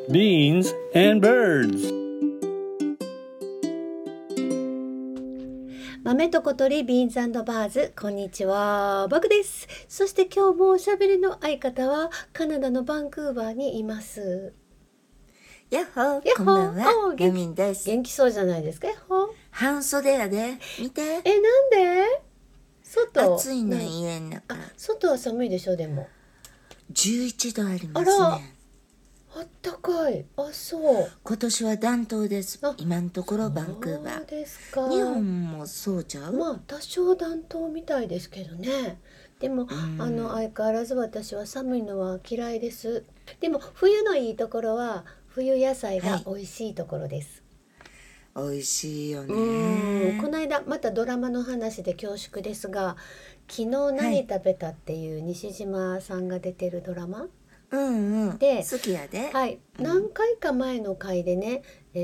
Beans and birds. 豆と小鳥ビーンズ&バーズ、こんにちは、バクです。そして今日もおしゃべりの相方はカナダのバンクーバーにいます。 やっほー、 やっほー、 こんばんは、 おーヤミンです。 元気そうじゃないですか。やっほー。 半袖やで、見て。 なんで？外暑いの、家の中。 外は寒いでしょ。でも 11度ありますね。 あったかい。あ、そう。 今年は暖冬です。今のところバンクーバー。 そうですか。 日本もそうちゃう？ まあ多少暖冬みたいですけどね。でも相変わらず私は寒いのは嫌いです。でも冬のいいところは冬野菜が美味しいところです。 美味しいよね。 この間またドラマの話で恐縮ですが、昨日何食べたっていう西島さんが出てるドラマ、 で好きやで。 はい、何回か前の回でね、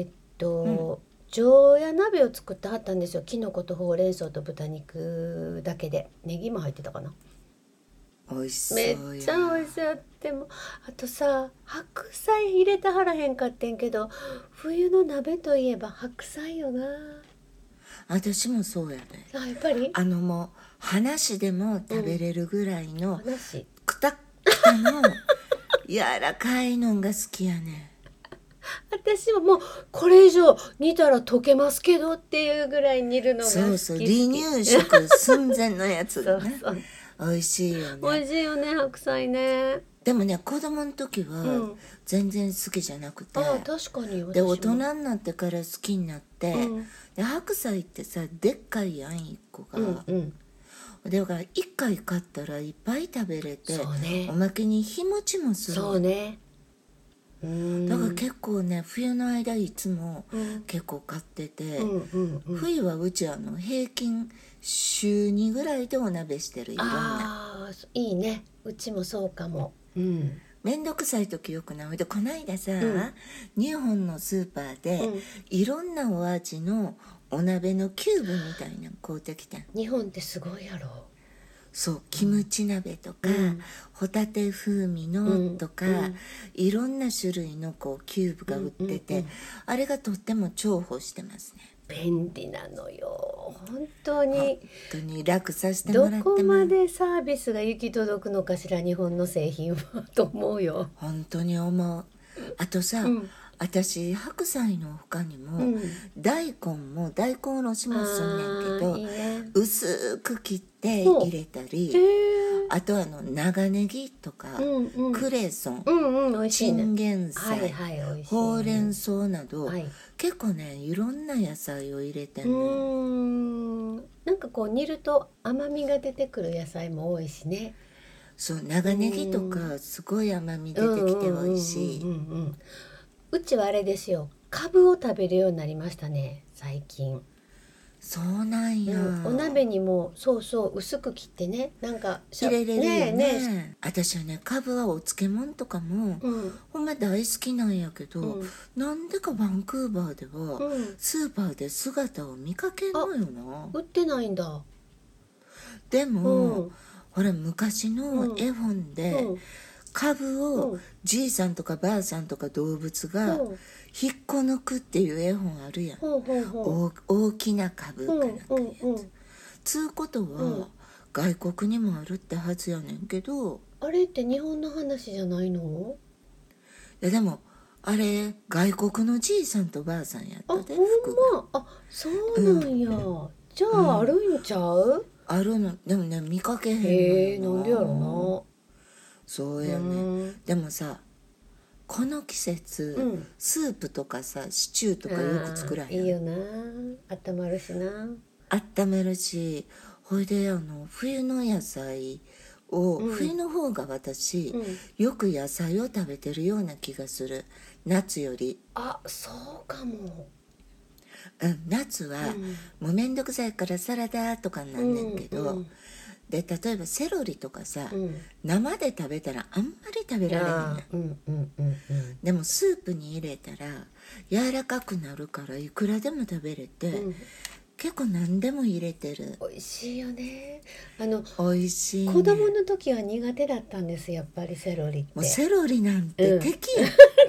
常夜鍋を作ってはったんですよ。きのことほうれん草と豚肉だけで、ネギも入ってたかな。 美味しそうや。 めっちゃ美味しい。でもあとさ、白菜入れたはらへんかってんけど、冬の鍋といえば白菜よな。 私もそうやで。 あ、やっぱりもう話でも食べれるぐらいの、くたくたの柔らかいのが好きやね。 私はもうこれ以上煮たら溶けますけどっていうぐらい煮るのが好き。 そうそう、離乳食寸前のやつがね。 そう美味しいよね。 美味しいよね、白菜ね。 でもね、子供の時は全然好きじゃなくて、 確かに。 で大人になってから好きになって、で白菜ってさ、でっかいやん1個が、だから1回買ったらいっぱい食べれて、おまけに日持ちもする。 そうね。 だから結構ね、冬の間いつも結構買ってて、冬はうち平均週2ぐらいでお鍋してる。いろんな。 いいね。うちもそうかも。 めんどくさい時よくないで、こないださ、日本のスーパーで、いろんなお味のお鍋のキューブみたいなの買うてきた。 日本ってすごいやろ。 そう、キムチ鍋とか、ホタテ風味のとか、いろんな種類のキューブが売ってて、あれがとっても重宝してますね。 便利なのよ、本当に楽させてもらってます。 どこまでサービスが行き届くのかしら、日本の製品はと思うよ。 本当に思う。あとさ、私白菜の他にも、大根おろしもすんねんけど、 いいね、 薄く切って入れたり、あと長ネギとか、クレソン、チンゲン菜、ほうれん草など、結構ね、いろんな野菜を入れてんの。 なんか煮ると甘みが出てくる野菜も多いしね。 そう、長ネギとかすごい甘み出てきて美味しい。 うちはあれですよ、カブを食べるようになりましたね、最近。 そうなんや。 お鍋にもそう薄く切ってね、なんか入れれるよね。私はね、カブはお漬物とかも、ほんま大好きなんやけど、なんでかバンクーバーでは、スーパーで姿を見かけんのよな。 売ってないんだ。 でも、ほら昔の絵本で、カブをじいさんとかばあさんとか動物が引っこ抜くっていう絵本あるやん。大きなカブかなんかいうやつ。つうことは、外国にもあるってはずやねんけど。 あれって日本の話じゃないの？ いやでもあれ外国のじいさんとばあさんやったで。 ほんま。そうなんや。じゃああるんちゃう？ あるの。でもね、見かけへんのよな。 なんでやろな。 そうやね。でもさ、この季節、スープとかさ、シチューとかよく作らへん？ いいよな。温まるしな。 温めるし、ほいで冬の野菜を、冬の方が私、よく野菜を食べてるような気がする、夏より。 そうかも。 夏は、もうめんどくさいからサラダとかなんねんけど、で例えばセロリとかさ、生で食べたらあんまり食べられへんやん。でもスープに入れたら柔らかくなるからいくらでも食べれて、結構何でも入れてる。 美味しいよね。 美味しいね。 子供の時は苦手だったんです、やっぱりセロリって。 もうセロリなんて敵や。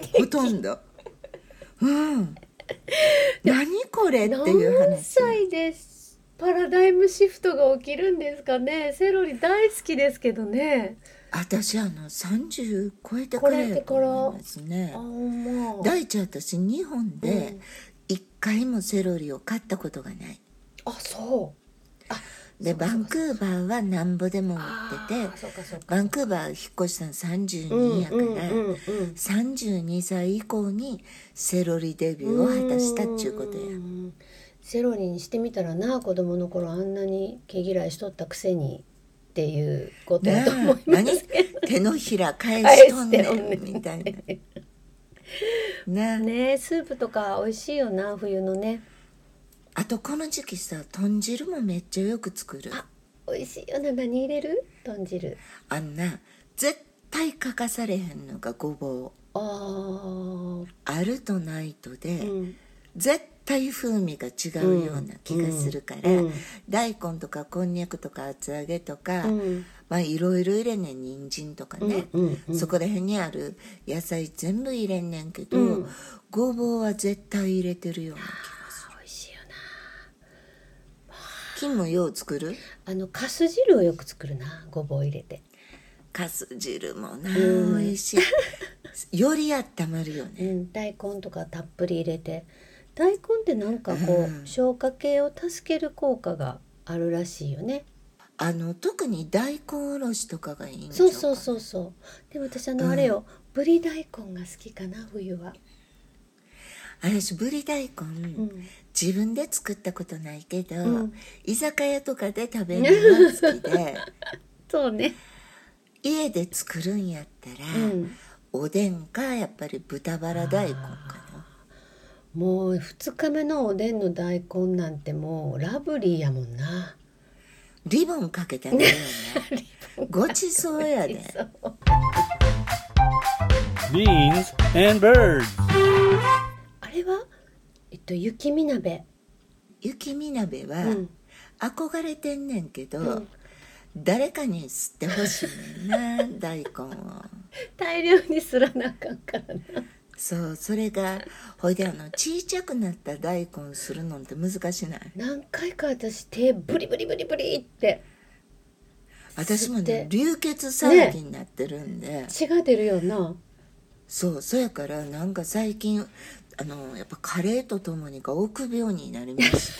ほとんど。何これっていう話。 何歳でパラダイムシフトが起きるんですかね。セロリ大好きですけどね。 私30超えてからやと思いますね。大地私日本で1回もセロリを買ったことがない。でバンクーバーはなんぼでも売ってて、バンクーバー引っ越したの32やから、32歳以降にセロリデビューを果たしたっちゅうことや。 セロリにしてみたらな、子供の頃あんなに毛嫌いしとったくせにっていうことだと思いますけど、 手のひら返しとんねんみたいなね。スープとか美味しいよな、冬のね。 あとこの時期さ、豚汁もめっちゃよく作る。 美味しいよな。何入れる？豚汁絶対欠かされへんのがごぼう。あるとないとで、絶対風味が違うような気がするから、大根とかこんにゃくとか厚揚げとか、いろいろ入れんねん。人参とかね、そこら辺にある野菜全部入れんねんけど、ごぼうは絶対入れてるような気がする。 美味しいよな。 金もよう作る？ かす汁をよく作るな、ごぼう入れて。 かす汁もな、美味しい。より温まるよね。 大根とかたっぷり入れて。大根ってなんか消化系を助ける効果があるらしいよね。 特に大根おろしとかがいいんじゃうか。そうでも私あれよ、ぶり大根が好きかな、冬は。 私ぶり大根、自分で作ったことないけど、居酒屋とかで食べるのが好きでそうね。 家で作るんやったら、おでんかやっぱり豚バラ大根かな。 もう2日目のおでんの大根なんてもうラブリーやもんな。 リボンかけてあげるよね。ごちそうやで。 Beans and birds。 あれは雪見鍋。 雪見鍋は、憧れてんねんけど、誰かに吸ってほしいねんな大根を。 大量にすらなあかんからな。 それがほいで小さくなった大根するのって難しない？ 何回か私手ブリブリブリブリって私もね流血騒ぎになってるんで、 血が出るよな。 そうやからなんか最近やっぱ加齢とともにが臆病になりまして、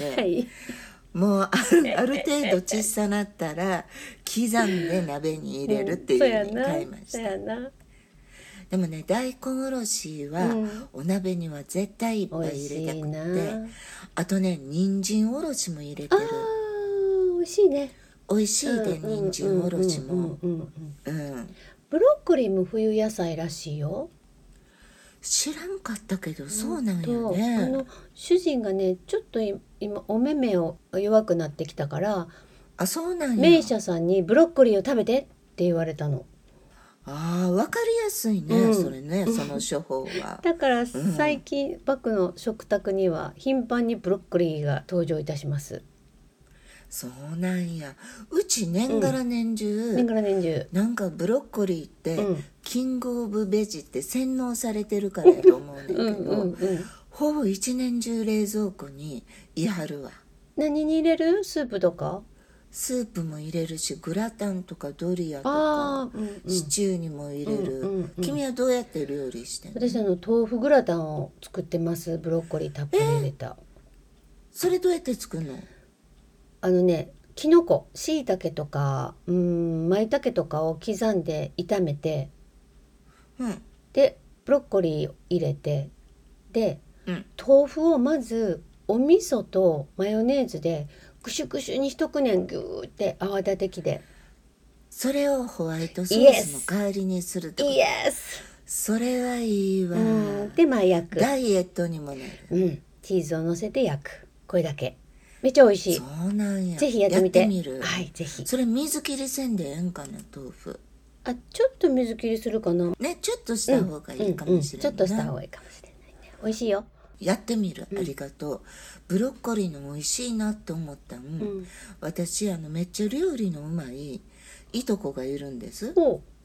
もうある程度小さなったら刻んで鍋に入れるっていう風に買いました。でもね大根おろしはお鍋には絶対いっぱい入れたくて、あとね人参おろしも入れてる。 美味しいね。 美味しいで、人参おろしも。 ブロッコリーも冬野菜らしいよ。 知らんかったけどそうなんよね。 主人がねちょっと今お目目を弱くなってきたから、 そうなんや。 名医者さんにブロッコリーを食べてって言われたの。 分かりやすいね、それね、その処方は。 だから最近、バクの食卓には頻繁にブロッコリーが登場いたします。 そうなんや。うち年がら年中、なんかブロッコリーって、キングオブベジって洗脳されてるからやと思うねんけどほぼ一年中冷蔵庫にいはるわ。 何に入れる？スープとか？ スープも入れるし、グラタンとかドリアとか、シチューにも入れる。君はどうやって料理してんの？ 私豆腐グラタンを作ってます。ブロッコリーたっぷり入れた。 それどうやって作るの？ きのこ、しいたけとかまいたけとかを刻んで炒めて、でブロッコリーを入れて、で、豆腐をまずお味噌とマヨネーズでクシュクシュにしとくねん。ギューって泡立て器で。 それをホワイトソースの代わりにするってこと？それはいいわ。 で焼く。 ダイエットにもなる。 チーズを乗せて焼く。これだけ。めっちゃ美味しい。 そうなんや。 ぜひやってみて。 みる。 はい、ぜひ。 それ水切りせんでええんかな、豆腐。 ちょっと水切りするかな。 ね、ちょっとした方がいいかもしれない。 ちょっとした方がいいかもしれないね。美味しいよ。 やってみる。ありがとう。ブロッコリーの美味しいなって思ったん。私めっちゃ料理のうまいいとこがいるんです。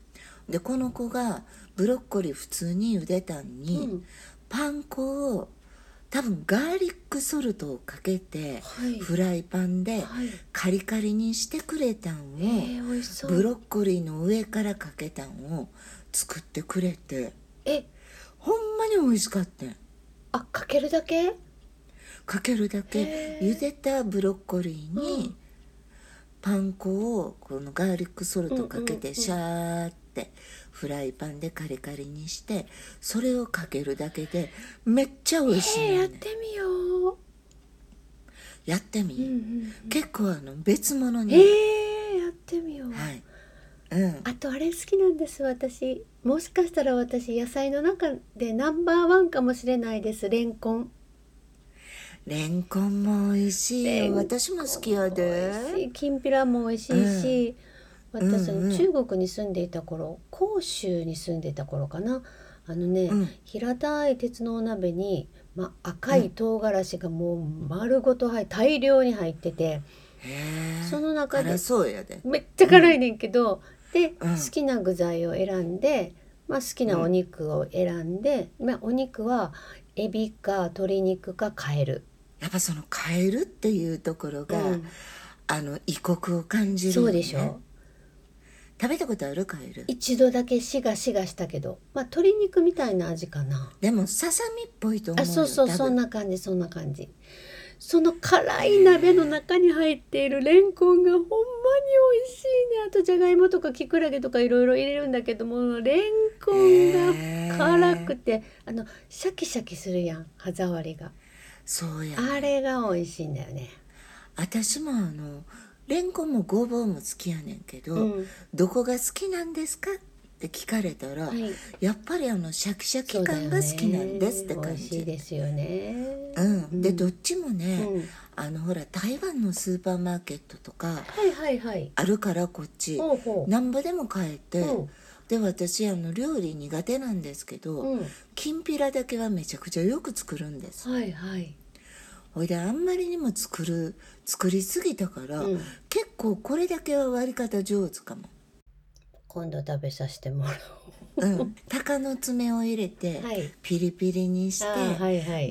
でこの子がブロッコリー普通に茹でたんに、パン粉を多分ガーリックソルトをかけて、フライパンでカリカリにしてくれたんを、 美味しそう。 ブロッコリーの上からかけたんを作ってくれて、ほんまに美味しかったん。 かけるだけ？ かけるだけ。茹でたブロッコリーにパン粉をこのガーリックソルトかけてシャーってフライパンでカリカリにして、それをかけるだけでめっちゃ美味しいね。 やってみよう。 やってみ、結構別物に、 やってみよう。 はい、 あとあれ好きなんです私。もしかしたら私野菜の中でナンバーワンかもしれないです。レンコン。 レンコンも美味しいよ。私も好きやで。 きんぴらも美味しいし、私中国に住んでいた頃、広州に住んでいた頃かな、平たい鉄のお鍋に、赤い唐辛子がもう丸ごと大量に入ってて、その中で辛そうやで。 めっちゃ辛いねんけど、で、好きな具材を選んで、好きなお肉を選んで、お肉はエビか鶏肉かカエル。 やっぱそのカエルっていうところが、異国を感じるよね。 そうでしょ。 食べたことある？カエル一度だけしがしたけど、鶏肉みたいな味かな。 でもささみっぽいと思うよ。 そうそんな感じ。その辛い鍋の中に入っているレンコンがほんまに美味しいね。あとじゃがいもとかきくらげとかいろいろ入れるんだけども、レンコンが辛くて、シャキシャキするやん、歯触りが。 そうや、 あれが美味しいんだよね。 私もレンコンもごぼうも好きやねんけど、どこが好きなんですかって聞かれたら、やっぱりシャキシャキ感が好きなんですって感じ。 美味しいですよね。 でどっちもね、ほら台湾のスーパーマーケットとかあるから、こっちなんぼでも買えて、で私料理苦手なんですけど、きんぴらだけはめちゃくちゃよく作るんです。ほいであんまりにも作りすぎたから、結構これだけは割り方上手かも。 今度食べさせてもらおう。 鷹の爪を入れて、ピリピリにして、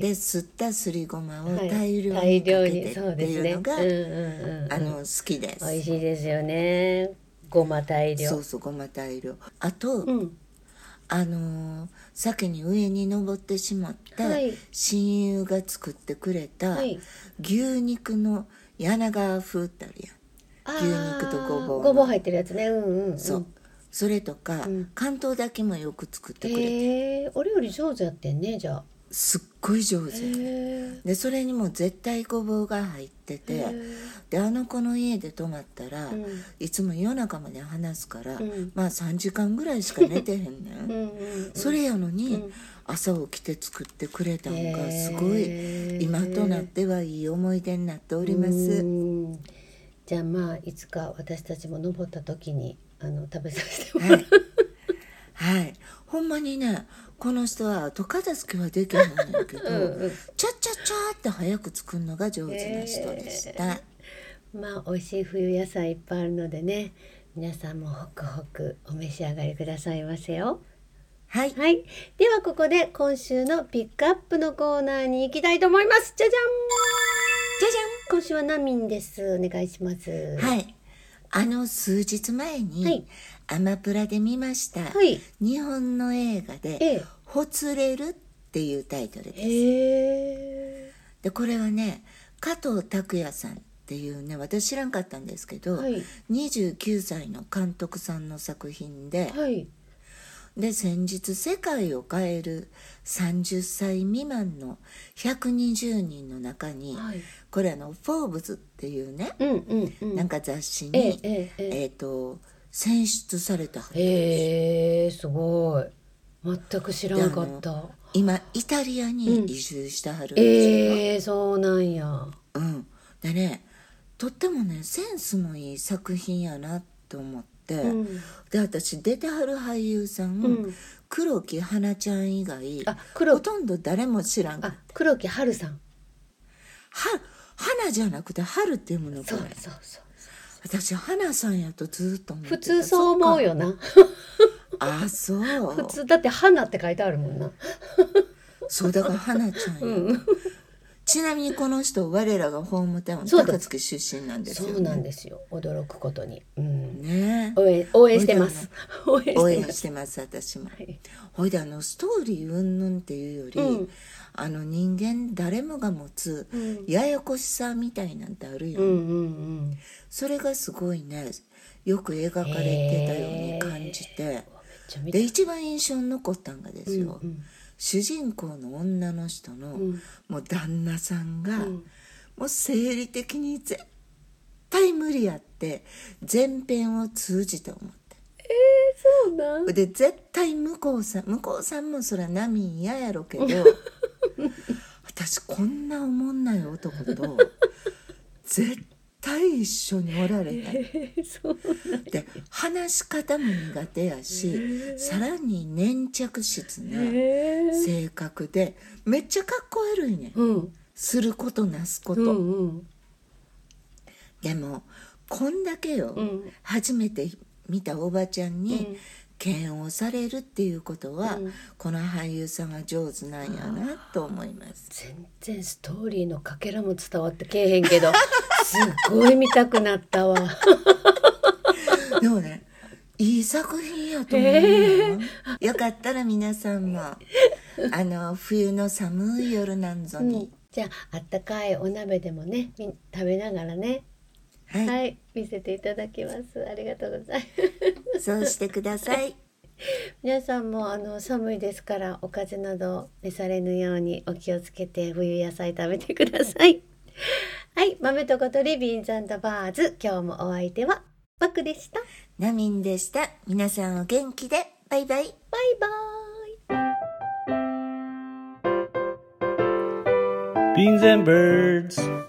で吸ったすりごまを大量にかけてっていうのが、好きです。 美味しいですよね。ごま大量。 そうごま大量。あと、先に上に登ってしまった親友が作ってくれた牛肉の柳川風ってあるやん。牛肉とごぼう入ってるやつね。 それとか、関東だけもよく作ってくれて、 お料理上手やってんね。じゃあすっごい上手で、それにも絶対ごぼうが入ってて、で子の家で泊まったら、いつも夜中まで話すから、3時間ぐらいしか寝てへんねん。それやのに、朝起きて作ってくれたのがすごい今となってはいい思い出になっております。 じゃあいつか私たちも登った時に食べさせてもらう。 ほんまにね、この人は後片付けはできないんだけど、ちゃっちゃっちゃって早く作るのが上手な人でした。 美味しい冬野菜いっぱいあるのでね、皆さんもホクホクお召し上がりくださいませよ。ではここで今週のピックアップのコーナーに行きたいと思います。じゃじゃん今週はナミンです。お願いします。 数日前に、アマプラで見ました、日本の映画で「ほつれる」っていうタイトルです。でこれはね、加藤拓也さんっていうね、私知らんかったんですけど、29歳の監督さんの作品で、で先日世界を変える30歳未満の120人の中に、これフォーブズっていうね、なんか雑誌に、選出された。 すごい。全く知らなかった。 今イタリアに移住してはるんですよ。 そうなんや。 でね、とってもねセンスのいい作品やなと思って、で私出てはる俳優さん、黒木華ちゃん以外ほとんど誰も知らん。 黒木華さん。 花じゃなくて春っていうもの。これ私花さんやとずっと思ってた。 普通そう思うよな。 あ、そう。 普通だって花って書いてあるもんな。 そうだから花ちゃんや、 うん、 ちなみにこの人我らがホームタウン高槻出身なんですよね。 そうなんですよ、驚くことに、うん、 ね、 応援してます。 応援してます私も、はい、ほいでストーリー云々っていうより、うん、人間誰もが持つややこしさみたいなんてあるよ、うんうんうん、それがすごいねよく描かれてたように感じて、で一番印象に残ったんがですよ、うんうん、主人公の女の人の、うん、もう旦那さんが、うん、もう生理的に絶対無理やって前編を通じて思って、 そうなんで絶対向こうさんもそりゃナミン嫌やろけど私こんなおもんない男と絶対一緒におられたい、で話し方も苦手やし、さらに粘着質な性格でめっちゃかっこ悪いね、うん、することなすこと、うんうん、でもこんだけよ、うん、初めて見たおばちゃんに嫌悪されるっていうことは、うん、この俳優さんが上手なんやなと思います。 全然ストーリーのかけらも伝わってけえへんけどすっごい見たくなったわでもねいい作品やと思うよ、よかったら皆さんも冬の寒い夜なんぞに、うん、 じゃああったかいお鍋でもね食べながらね、はい、はい、見せていただきます。ありがとうございます。 そうしてください。 皆さんも寒いですからお風邪など召されぬようにお気をつけて冬野菜食べてください。はい、豆と小鳥ビーンズ&バーズ、今日もお相手はバクでした。 ナミンでした。皆さんお元気で。バイバイ。 バイバイ。 Beans and birds.